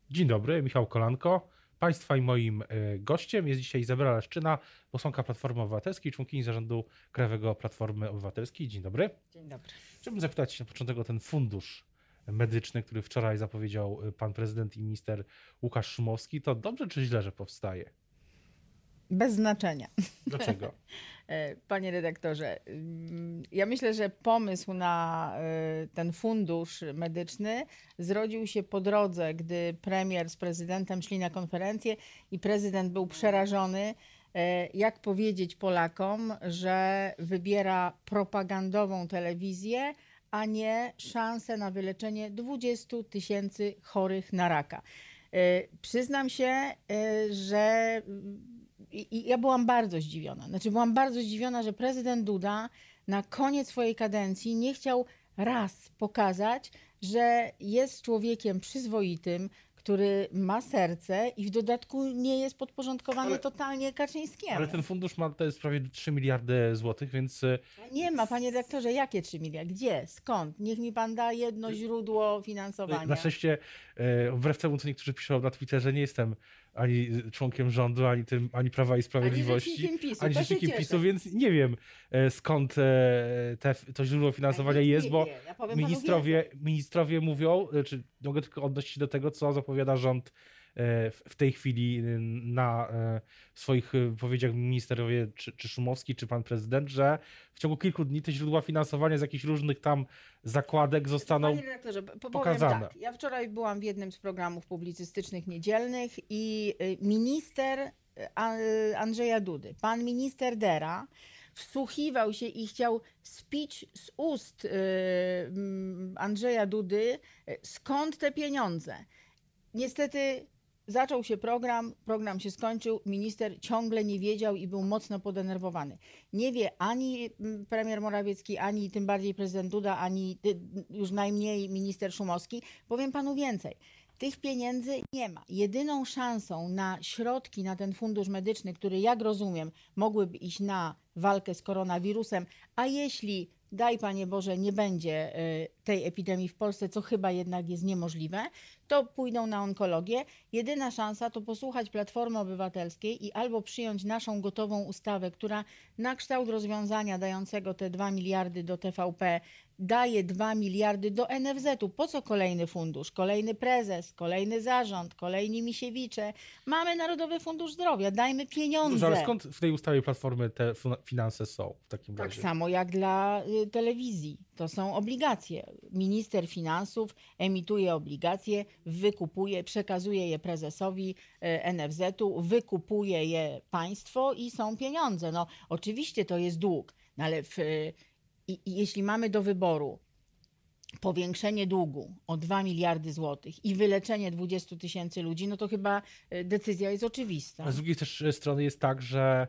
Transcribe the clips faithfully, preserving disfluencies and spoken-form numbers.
Dzień dobry, Michał Kolanko. Państwa i moim gościem jest dzisiaj Izabela Leszczyna, posłanka Platformy Obywatelskiej, członkini zarządu Krajowego Platformy Obywatelskiej. Dzień dobry. Dzień dobry. Chciałbym zapytać na początek o ten fundusz medyczny, który wczoraj zapowiedział pan prezydent i minister Łukasz Szumowski. To dobrze czy źle, że powstaje? Bez znaczenia. Dlaczego? Panie redaktorze, ja myślę, że pomysł na ten fundusz medyczny zrodził się po drodze, gdy premier z prezydentem szli na konferencję i prezydent był przerażony, jak powiedzieć Polakom, że wybiera propagandową telewizję, a nie szansę na wyleczenie dwudziestu tysięcy chorych na raka. Przyznam się, że I ja byłam bardzo zdziwiona. Znaczy byłam bardzo zdziwiona, że prezydent Duda na koniec swojej kadencji nie chciał raz pokazać, że jest człowiekiem przyzwoitym, który ma serce i w dodatku nie jest podporządkowany ale, totalnie Kaczyńskiemu. Ale ten fundusz ma, to jest prawie trzy miliardy złotych, więc... Nie ma, panie redaktorze, jakie trzy miliardy? Gdzie? Skąd? Niech mi pan da jedno źródło finansowania. Na szczęście, wbrew temu, co niektórzy piszą na Twitterze, nie jestem ani członkiem rządu, ani, tym, ani Prawa i Sprawiedliwości, ani rzecznikiem PiSu, ani rzecznikiem PiSu, więc nie wiem, skąd te, to źródło finansowania jest, nie, bo nie, ja ministrowie, ministrowie mówią, czy mogę tylko odnosić się do tego, co zapowiada rząd w tej chwili na swoich wypowiedziach ministrowie, czy, czy Szumowski, czy pan prezydent, że w ciągu kilku dni te źródła finansowania z jakichś różnych tam zakładek zostaną Panie redaktorze, pokazane. Tak, ja wczoraj byłam w jednym z programów publicystycznych niedzielnych i minister Andrzeja Dudy, pan minister Dera, wsłuchiwał się i chciał spić z ust Andrzeja Dudy, skąd te pieniądze. Niestety zaczął się program, program się skończył, minister ciągle nie wiedział i był mocno podenerwowany. Nie wie ani premier Morawiecki, ani tym bardziej prezydent Duda, ani już najmniej minister Szumowski. Powiem panu więcej. Tych pieniędzy nie ma. Jedyną szansą na środki na ten fundusz medyczny, który jak rozumiem mogłyby iść na walkę z koronawirusem, a jeśli, daj Panie Boże, nie będzie tej epidemii w Polsce, co chyba jednak jest niemożliwe, to pójdą na onkologię. Jedyna szansa to posłuchać Platformy Obywatelskiej i albo przyjąć naszą gotową ustawę, która na kształt rozwiązania dającego te dwa miliardy do T V P daje dwa miliardy do N F Z u. Po co kolejny fundusz? Kolejny prezes, kolejny zarząd, kolejni Misiewicze. Mamy Narodowy Fundusz Zdrowia, dajmy pieniądze. Ale skąd w tej ustawie Platformy te finanse są w takim tak razie? Tak samo jak dla y, telewizji. To są obligacje. Minister finansów emituje obligacje, wykupuje, przekazuje je prezesowi N F Z u, wykupuje je państwo i są pieniądze. No oczywiście to jest dług, no ale w, i, i jeśli mamy do wyboru powiększenie długu o dwa miliardy złotych i wyleczenie dwudziestu tysięcy ludzi, no to chyba decyzja jest oczywista. A z drugiej też strony jest tak, że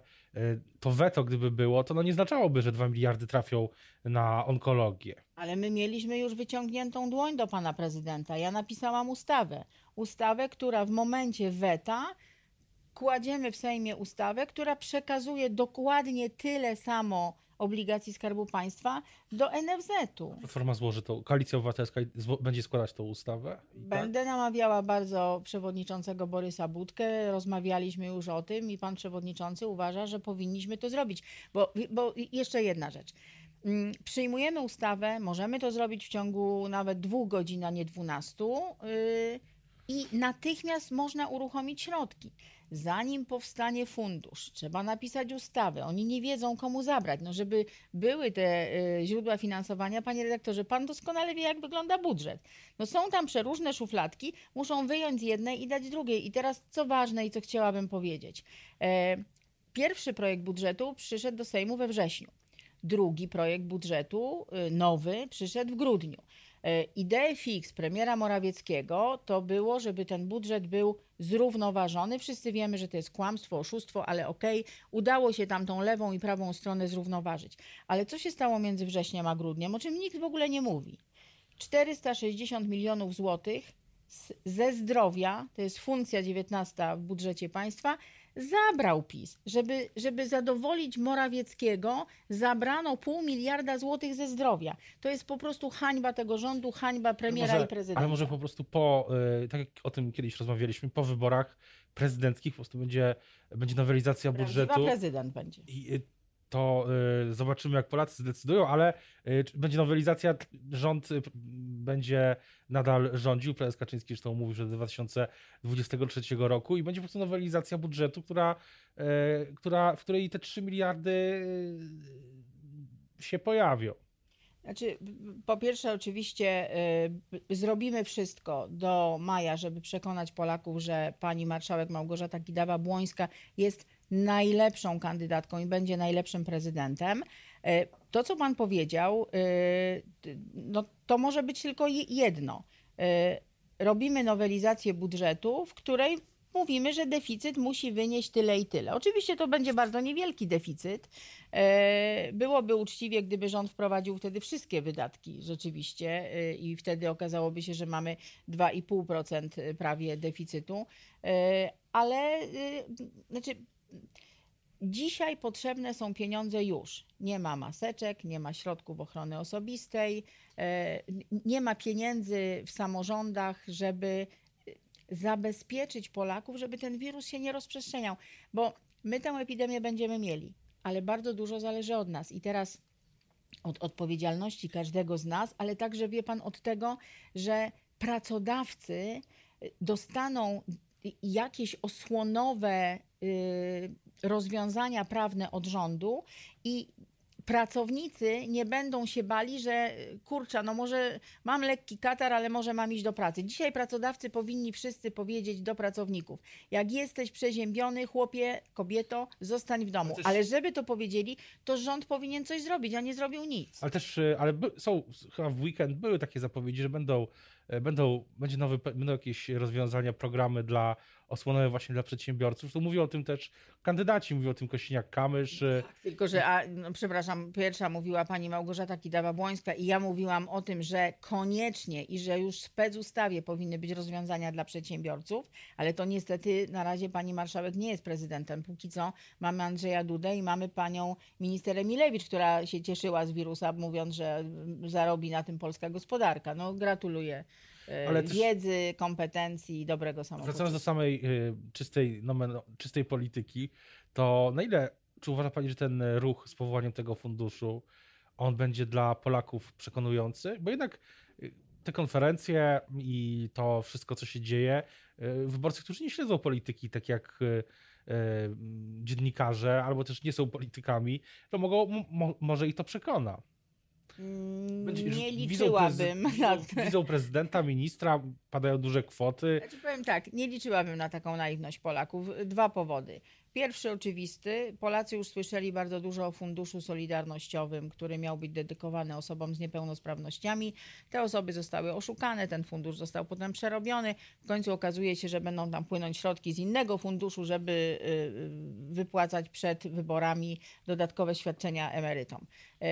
to weto, gdyby było, to no nie znaczałoby, że dwa miliardy trafią na onkologię. Ale my mieliśmy już wyciągniętą dłoń do pana prezydenta. Ja napisałam ustawę. Ustawę, która w momencie weta kładziemy w Sejmie ustawę, która przekazuje dokładnie tyle samo obligacji Skarbu Państwa do N F Z u. Platforma złoży to, Koalicja Obywatelska będzie składać tą ustawę? Będę tak? namawiała bardzo przewodniczącego Borysa Budkę. Rozmawialiśmy już o tym i pan przewodniczący uważa, że powinniśmy to zrobić. Bo, bo jeszcze jedna rzecz. Przyjmujemy ustawę, możemy to zrobić w ciągu nawet dwóch godzin, a nie dwunastu. Yy, I natychmiast można uruchomić środki. Zanim powstanie fundusz, trzeba napisać ustawę. Oni nie wiedzą, komu zabrać. No, żeby były te y, źródła finansowania, panie redaktorze, pan doskonale wie, jak wygląda budżet. No, są tam przeróżne szufladki, muszą wyjąć z jednej i dać drugiej. I teraz co ważne i co chciałabym powiedzieć. E, pierwszy projekt budżetu przyszedł do Sejmu we wrześniu. Drugi projekt budżetu, y, nowy, przyszedł w grudniu. Idee fix premiera Morawieckiego to było, żeby ten budżet był zrównoważony. Wszyscy wiemy, że to jest kłamstwo, oszustwo, ale okej, okay, udało się tam tą lewą i prawą stronę zrównoważyć. Ale co się stało między wrześniem a grudniem, o czym nikt w ogóle nie mówi? czterysta sześćdziesiąt milionów złotych ze zdrowia, to jest funkcja dziewiętnasta w budżecie państwa, zabrał PiS. Żeby, żeby zadowolić Morawieckiego, zabrano pół miliarda złotych ze zdrowia. To jest po prostu hańba tego rządu, hańba premiera może, i prezydenta. Ale może po prostu po, tak jak o tym kiedyś rozmawialiśmy, po wyborach prezydenckich po prostu będzie, będzie nowelizacja Prawdziwa budżetu. prezydent będzie. I to y, zobaczymy, jak Polacy zdecydują, ale y, będzie nowelizacja, rząd y, będzie nadal rządził. Prezes Kaczyński zresztą mówił, że do dwa tysiące dwudziestego trzeciego roku i będzie po prostu nowelizacja budżetu, która, y, która, w której te trzy miliardy y, się pojawią. Znaczy, po pierwsze oczywiście y, zrobimy wszystko do maja, żeby przekonać Polaków, że pani marszałek Małgorzata Kidawa-Błońska jest najlepszą kandydatką i będzie najlepszym prezydentem. Y, to, co pan powiedział, y, no, to może być tylko jedno. Y, robimy nowelizację budżetu, w której mówimy, że deficyt musi wynieść tyle i tyle. Oczywiście to będzie bardzo niewielki deficyt. Byłoby uczciwie, gdyby rząd wprowadził wtedy wszystkie wydatki rzeczywiście i wtedy okazałoby się, że mamy dwa i pół procent prawie deficytu. Ale znaczy, dzisiaj potrzebne są pieniądze już. Nie ma maseczek, nie ma środków ochrony osobistej, nie ma pieniędzy w samorządach, żeby zabezpieczyć Polaków, żeby ten wirus się nie rozprzestrzeniał, bo my tę epidemię będziemy mieli, ale bardzo dużo zależy od nas i teraz od odpowiedzialności każdego z nas, ale także wie pan od tego, że pracodawcy dostaną jakieś osłonowe rozwiązania prawne od rządu i pracownicy nie będą się bali, że kurczę, no może mam lekki katar, ale może mam iść do pracy. Dzisiaj pracodawcy powinni wszyscy powiedzieć do pracowników, jak jesteś przeziębiony, chłopie, kobieto, zostań w domu. Ale, też... ale żeby to powiedzieli, to rząd powinien coś zrobić, a nie zrobił nic. Ale też, ale są, chyba w weekend były takie zapowiedzi, że będą, będą, będzie nowy, będą jakieś rozwiązania, programy dla osłonowe właśnie dla przedsiębiorców. To mówią o tym też kandydaci, mówią o tym Kosiniak-Kamysz. Tak, tylko, że, a, no, przepraszam, pierwsza mówiła pani Małgorzata Kidawa-Błońska i ja mówiłam o tym, że koniecznie i że już w specustawie powinny być rozwiązania dla przedsiębiorców, ale to niestety na razie pani marszałek nie jest prezydentem. Póki co mamy Andrzeja Dudę i mamy panią minister Emilewicz, która się cieszyła z wirusa, mówiąc, że zarobi na tym polska gospodarka. No gratuluję. Ale wiedzy, kompetencji i dobrego samopoczucia. Wracając do samej y, czystej, no, no, czystej polityki, to na ile, czy uważa pani, że ten ruch z powołaniem tego funduszu, on będzie dla Polaków przekonujący? Bo jednak y, te konferencje i to wszystko, co się dzieje, y, wyborcy, którzy nie śledzą polityki, tak jak y, y, dziennikarze, albo też nie są politykami, to mogą, mo, może i to przekona. Będzie, nie liczyłabym. Widzą, na widzą, widzą prezydenta, ministra, padają duże kwoty. Ja ci powiem tak, nie liczyłabym na taką naiwność Polaków. Dwa powody. Pierwszy oczywisty, Polacy już słyszeli bardzo dużo o funduszu solidarnościowym, który miał być dedykowany osobom z niepełnosprawnościami. Te osoby zostały oszukane, ten fundusz został potem przerobiony. W końcu okazuje się, że będą tam płynąć środki z innego funduszu, żeby wypłacać przed wyborami dodatkowe świadczenia emerytom.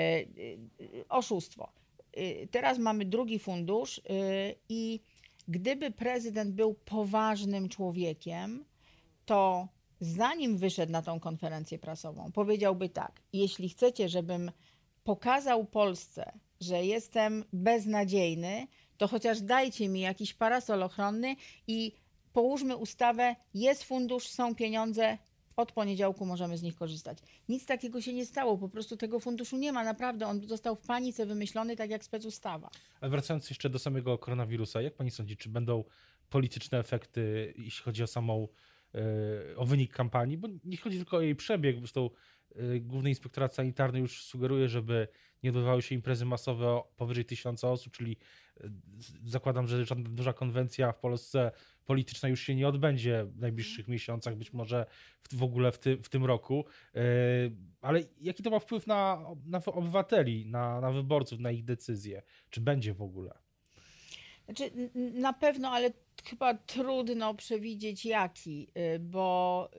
Oszustwo. Teraz mamy drugi fundusz i gdyby prezydent był poważnym człowiekiem, to zanim wyszedł na tą konferencję prasową, powiedziałby tak: jeśli chcecie, żebym pokazał Polsce, że jestem beznadziejny, to chociaż dajcie mi jakiś parasol ochronny i połóżmy ustawę, jest fundusz, są pieniądze, od poniedziałku możemy z nich korzystać. Nic takiego się nie stało, po prostu tego funduszu nie ma, naprawdę on został w panice wymyślony, tak jak specustawa. Ale wracając jeszcze do samego koronawirusa, jak pani sądzi, czy będą polityczne efekty, jeśli chodzi o samą o wynik kampanii, bo nie chodzi tylko o jej przebieg, zresztą Główny Inspektorat Sanitarny już sugeruje, żeby nie odbywały się imprezy masowe powyżej tysiąca osób, czyli zakładam, że żadna duża konwencja w Polsce polityczna już się nie odbędzie w najbliższych miesiącach, być może w, w ogóle w, ty, w tym roku, ale jaki to ma wpływ na, na obywateli, na, na wyborców, na ich decyzje? Czy będzie w ogóle? Znaczy, na pewno, ale chyba trudno przewidzieć jaki, bo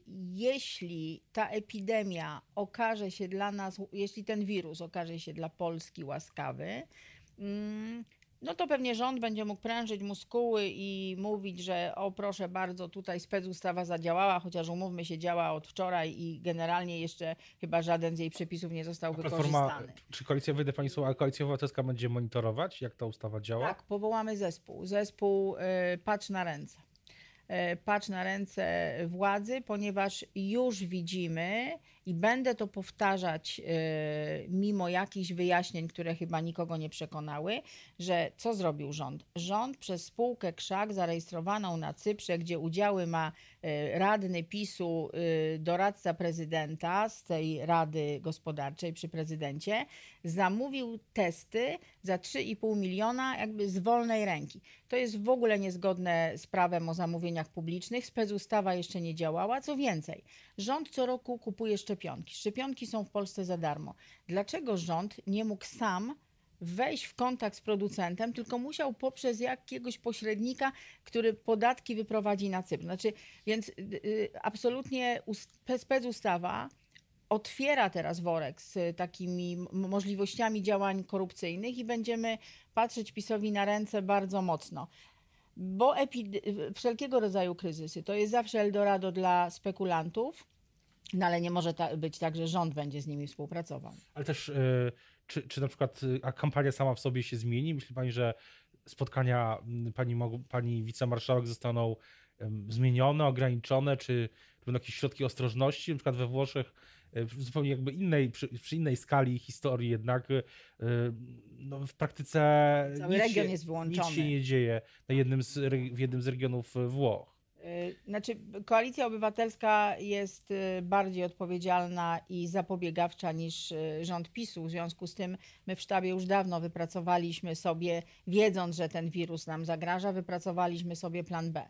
jeśli ta epidemia okaże się dla nas, jeśli ten wirus okaże się dla Polski łaskawy, no to pewnie rząd będzie mógł prężyć muskuły i mówić, że o proszę bardzo, tutaj specustawa zadziałała, chociaż umówmy się, działa od wczoraj i generalnie jeszcze chyba żaden z jej przepisów nie został wykorzystany. Czy koalicja, wyjdę pani słowa, a Koalicja Obywatelska będzie monitorować, jak ta ustawa działa? Tak, powołamy zespół. Zespół y, Patrz na ręce. Y, patrz na ręce władzy, ponieważ już widzimy i będę to powtarzać y, mimo jakichś wyjaśnień, które chyba nikogo nie przekonały, że co zrobił rząd? Rząd przez spółkę Krzak zarejestrowaną na Cyprze, gdzie udziały ma y, radny PiSu, y, doradca prezydenta z tej Rady Gospodarczej przy prezydencie, zamówił testy za trzy i pół miliona jakby z wolnej ręki. To jest w ogóle niezgodne z prawem o zamówieniach publicznych. Specustawa jeszcze nie działała. Co więcej, rząd co roku kupuje szczepionki. Szczepionki są w Polsce za darmo. Dlaczego rząd nie mógł sam wejść w kontakt z producentem, tylko musiał poprzez jakiegoś pośrednika, który podatki wyprowadzi na Cypr? Znaczy, więc yy, absolutnie specustawa otwiera teraz worek z takimi możliwościami działań korupcyjnych i będziemy patrzeć PiS-owi na ręce bardzo mocno. Bo epide- wszelkiego rodzaju kryzysy to jest zawsze Eldorado dla spekulantów, no ale nie może ta- być tak, że rząd będzie z nimi współpracował. Ale też, y, czy, czy na przykład a kampania sama w sobie się zmieni? Myśli pani, że spotkania pani, pani wicemarszałek zostaną um, zmienione, ograniczone, czy będą jakieś środki ostrożności? Na przykład we Włoszech w zupełnie jakby innej, przy, przy innej skali historii jednak no, w praktyce Cały nic region się, jest wyłączony. Nic się nie dzieje na jednym z, w jednym z regionów Włoch. Znaczy, Koalicja Obywatelska jest bardziej odpowiedzialna i zapobiegawcza niż rząd PiSu. W związku z tym my w sztabie już dawno wypracowaliśmy sobie, wiedząc, że ten wirus nam zagraża, wypracowaliśmy sobie plan B.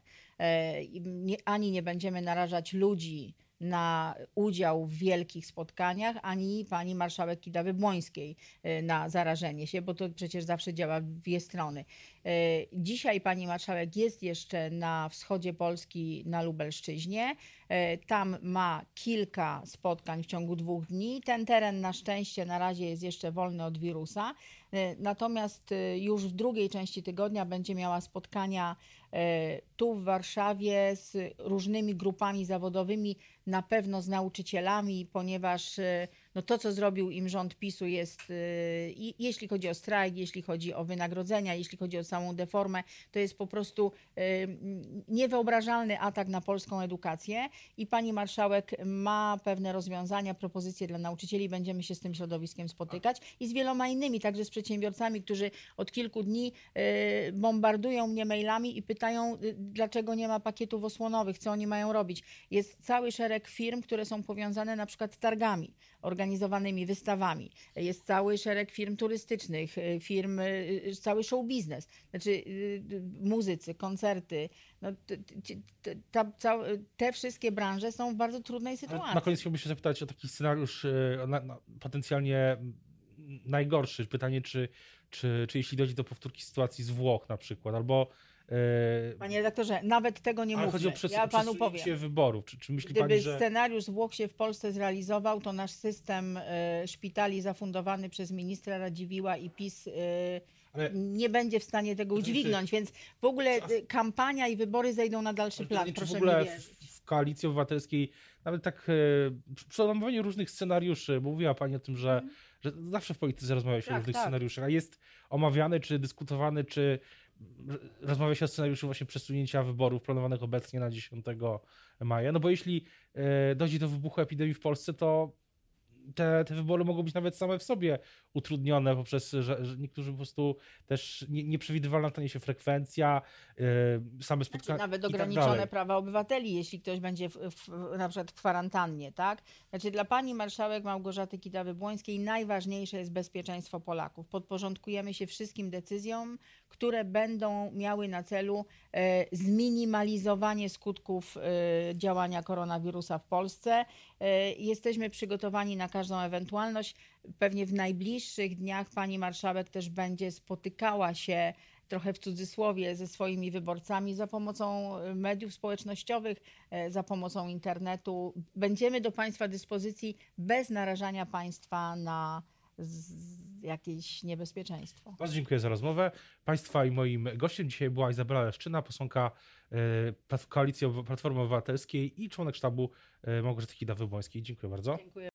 Ani nie będziemy narażać ludzi na udział w wielkich spotkaniach, ani pani marszałek Kidawy-Błońskiej na zarażenie się, bo to przecież zawsze działa w dwie strony. Dzisiaj pani marszałek jest jeszcze na wschodzie Polski, na Lubelszczyźnie. Tam ma kilka spotkań w ciągu dwóch dni. Ten teren na szczęście na razie jest jeszcze wolny od wirusa. Natomiast już w drugiej części tygodnia będzie miała spotkania tu w Warszawie z różnymi grupami zawodowymi, na pewno z nauczycielami, ponieważ no to, co zrobił im rząd PiSu jest, jeśli chodzi o strajk, jeśli chodzi o wynagrodzenia, jeśli chodzi o samą deformę, to jest po prostu niewyobrażalny atak na polską edukację i pani marszałek ma pewne rozwiązania, propozycje dla nauczycieli. Będziemy się z tym środowiskiem spotykać i z wieloma innymi, także z przedsiębiorcami, którzy od kilku dni bombardują mnie mailami i pytają, dlaczego nie ma pakietów osłonowych, co oni mają robić. Jest cały szereg firm, które są powiązane na przykład z targami organizowanymi, wystawami. Jest cały szereg firm turystycznych, firm, cały show biznes, znaczy muzycy, koncerty. No, te, te, te wszystkie branże są w bardzo trudnej sytuacji. Na koniec chciałbym się zapytać o taki scenariusz na, na, potencjalnie najgorszy. Pytanie, czy, czy, czy jeśli dojdzie do powtórki sytuacji z Włoch na przykład, albo Panie redaktorze, nawet tego nie mówmy. Chodzi o przes- ja panu powiem. wyborów. Czy, czy myśli Gdyby pani, że... scenariusz z Włoch się w Polsce zrealizował, to nasz system y, szpitali zafundowany przez ministra Radziwiłła i PiS y, Ale... nie będzie w stanie tego udźwignąć, więc w ogóle y, kampania i wybory zejdą na dalszy Ale plan. nie, Proszę w ogóle mi wierzyć. W, w Koalicji Obywatelskiej nawet tak y, przy omawianiu różnych scenariuszy, bo mówiła pani o tym, że, mm. że zawsze w polityce rozmawia się tak, o różnych tak. scenariuszach, a jest omawiany, czy dyskutowany, czy rozmawia się o scenariuszu właśnie przesunięcia wyborów planowanych obecnie na dziesiątego maja. No bo jeśli e, dojdzie do wybuchu epidemii w Polsce, to te, te wybory mogą być nawet same w sobie utrudnione poprzez, że, że niektórzy po prostu też nie, nieprzewidywalna stanie się frekwencja, e, same spotkania. Znaczy, nawet ograniczone tak prawa obywateli, jeśli ktoś będzie w, w, na przykład w kwarantannie, tak? Znaczy dla pani marszałek Małgorzaty Kidawy-Błońskiej najważniejsze jest bezpieczeństwo Polaków. Podporządkujemy się wszystkim decyzjom, które będą miały na celu e, zminimalizowanie skutków e, działania koronawirusa w Polsce. E, jesteśmy przygotowani na każdą ewentualność. Pewnie w najbliższych dniach pani marszałek też będzie spotykała się trochę w cudzysłowie ze swoimi wyborcami za pomocą mediów społecznościowych, za pomocą internetu. Będziemy do państwa dyspozycji bez narażania państwa na z, jakieś niebezpieczeństwo. Bardzo dziękuję za rozmowę. Państwa i moim gościem dzisiaj była Izabela Leszczyna, posłanka Koalicji Platformy Obywatelskiej i członek sztabu Małgorzaty Kidawy-Błońskiej. Dziękuję bardzo. Dziękuję.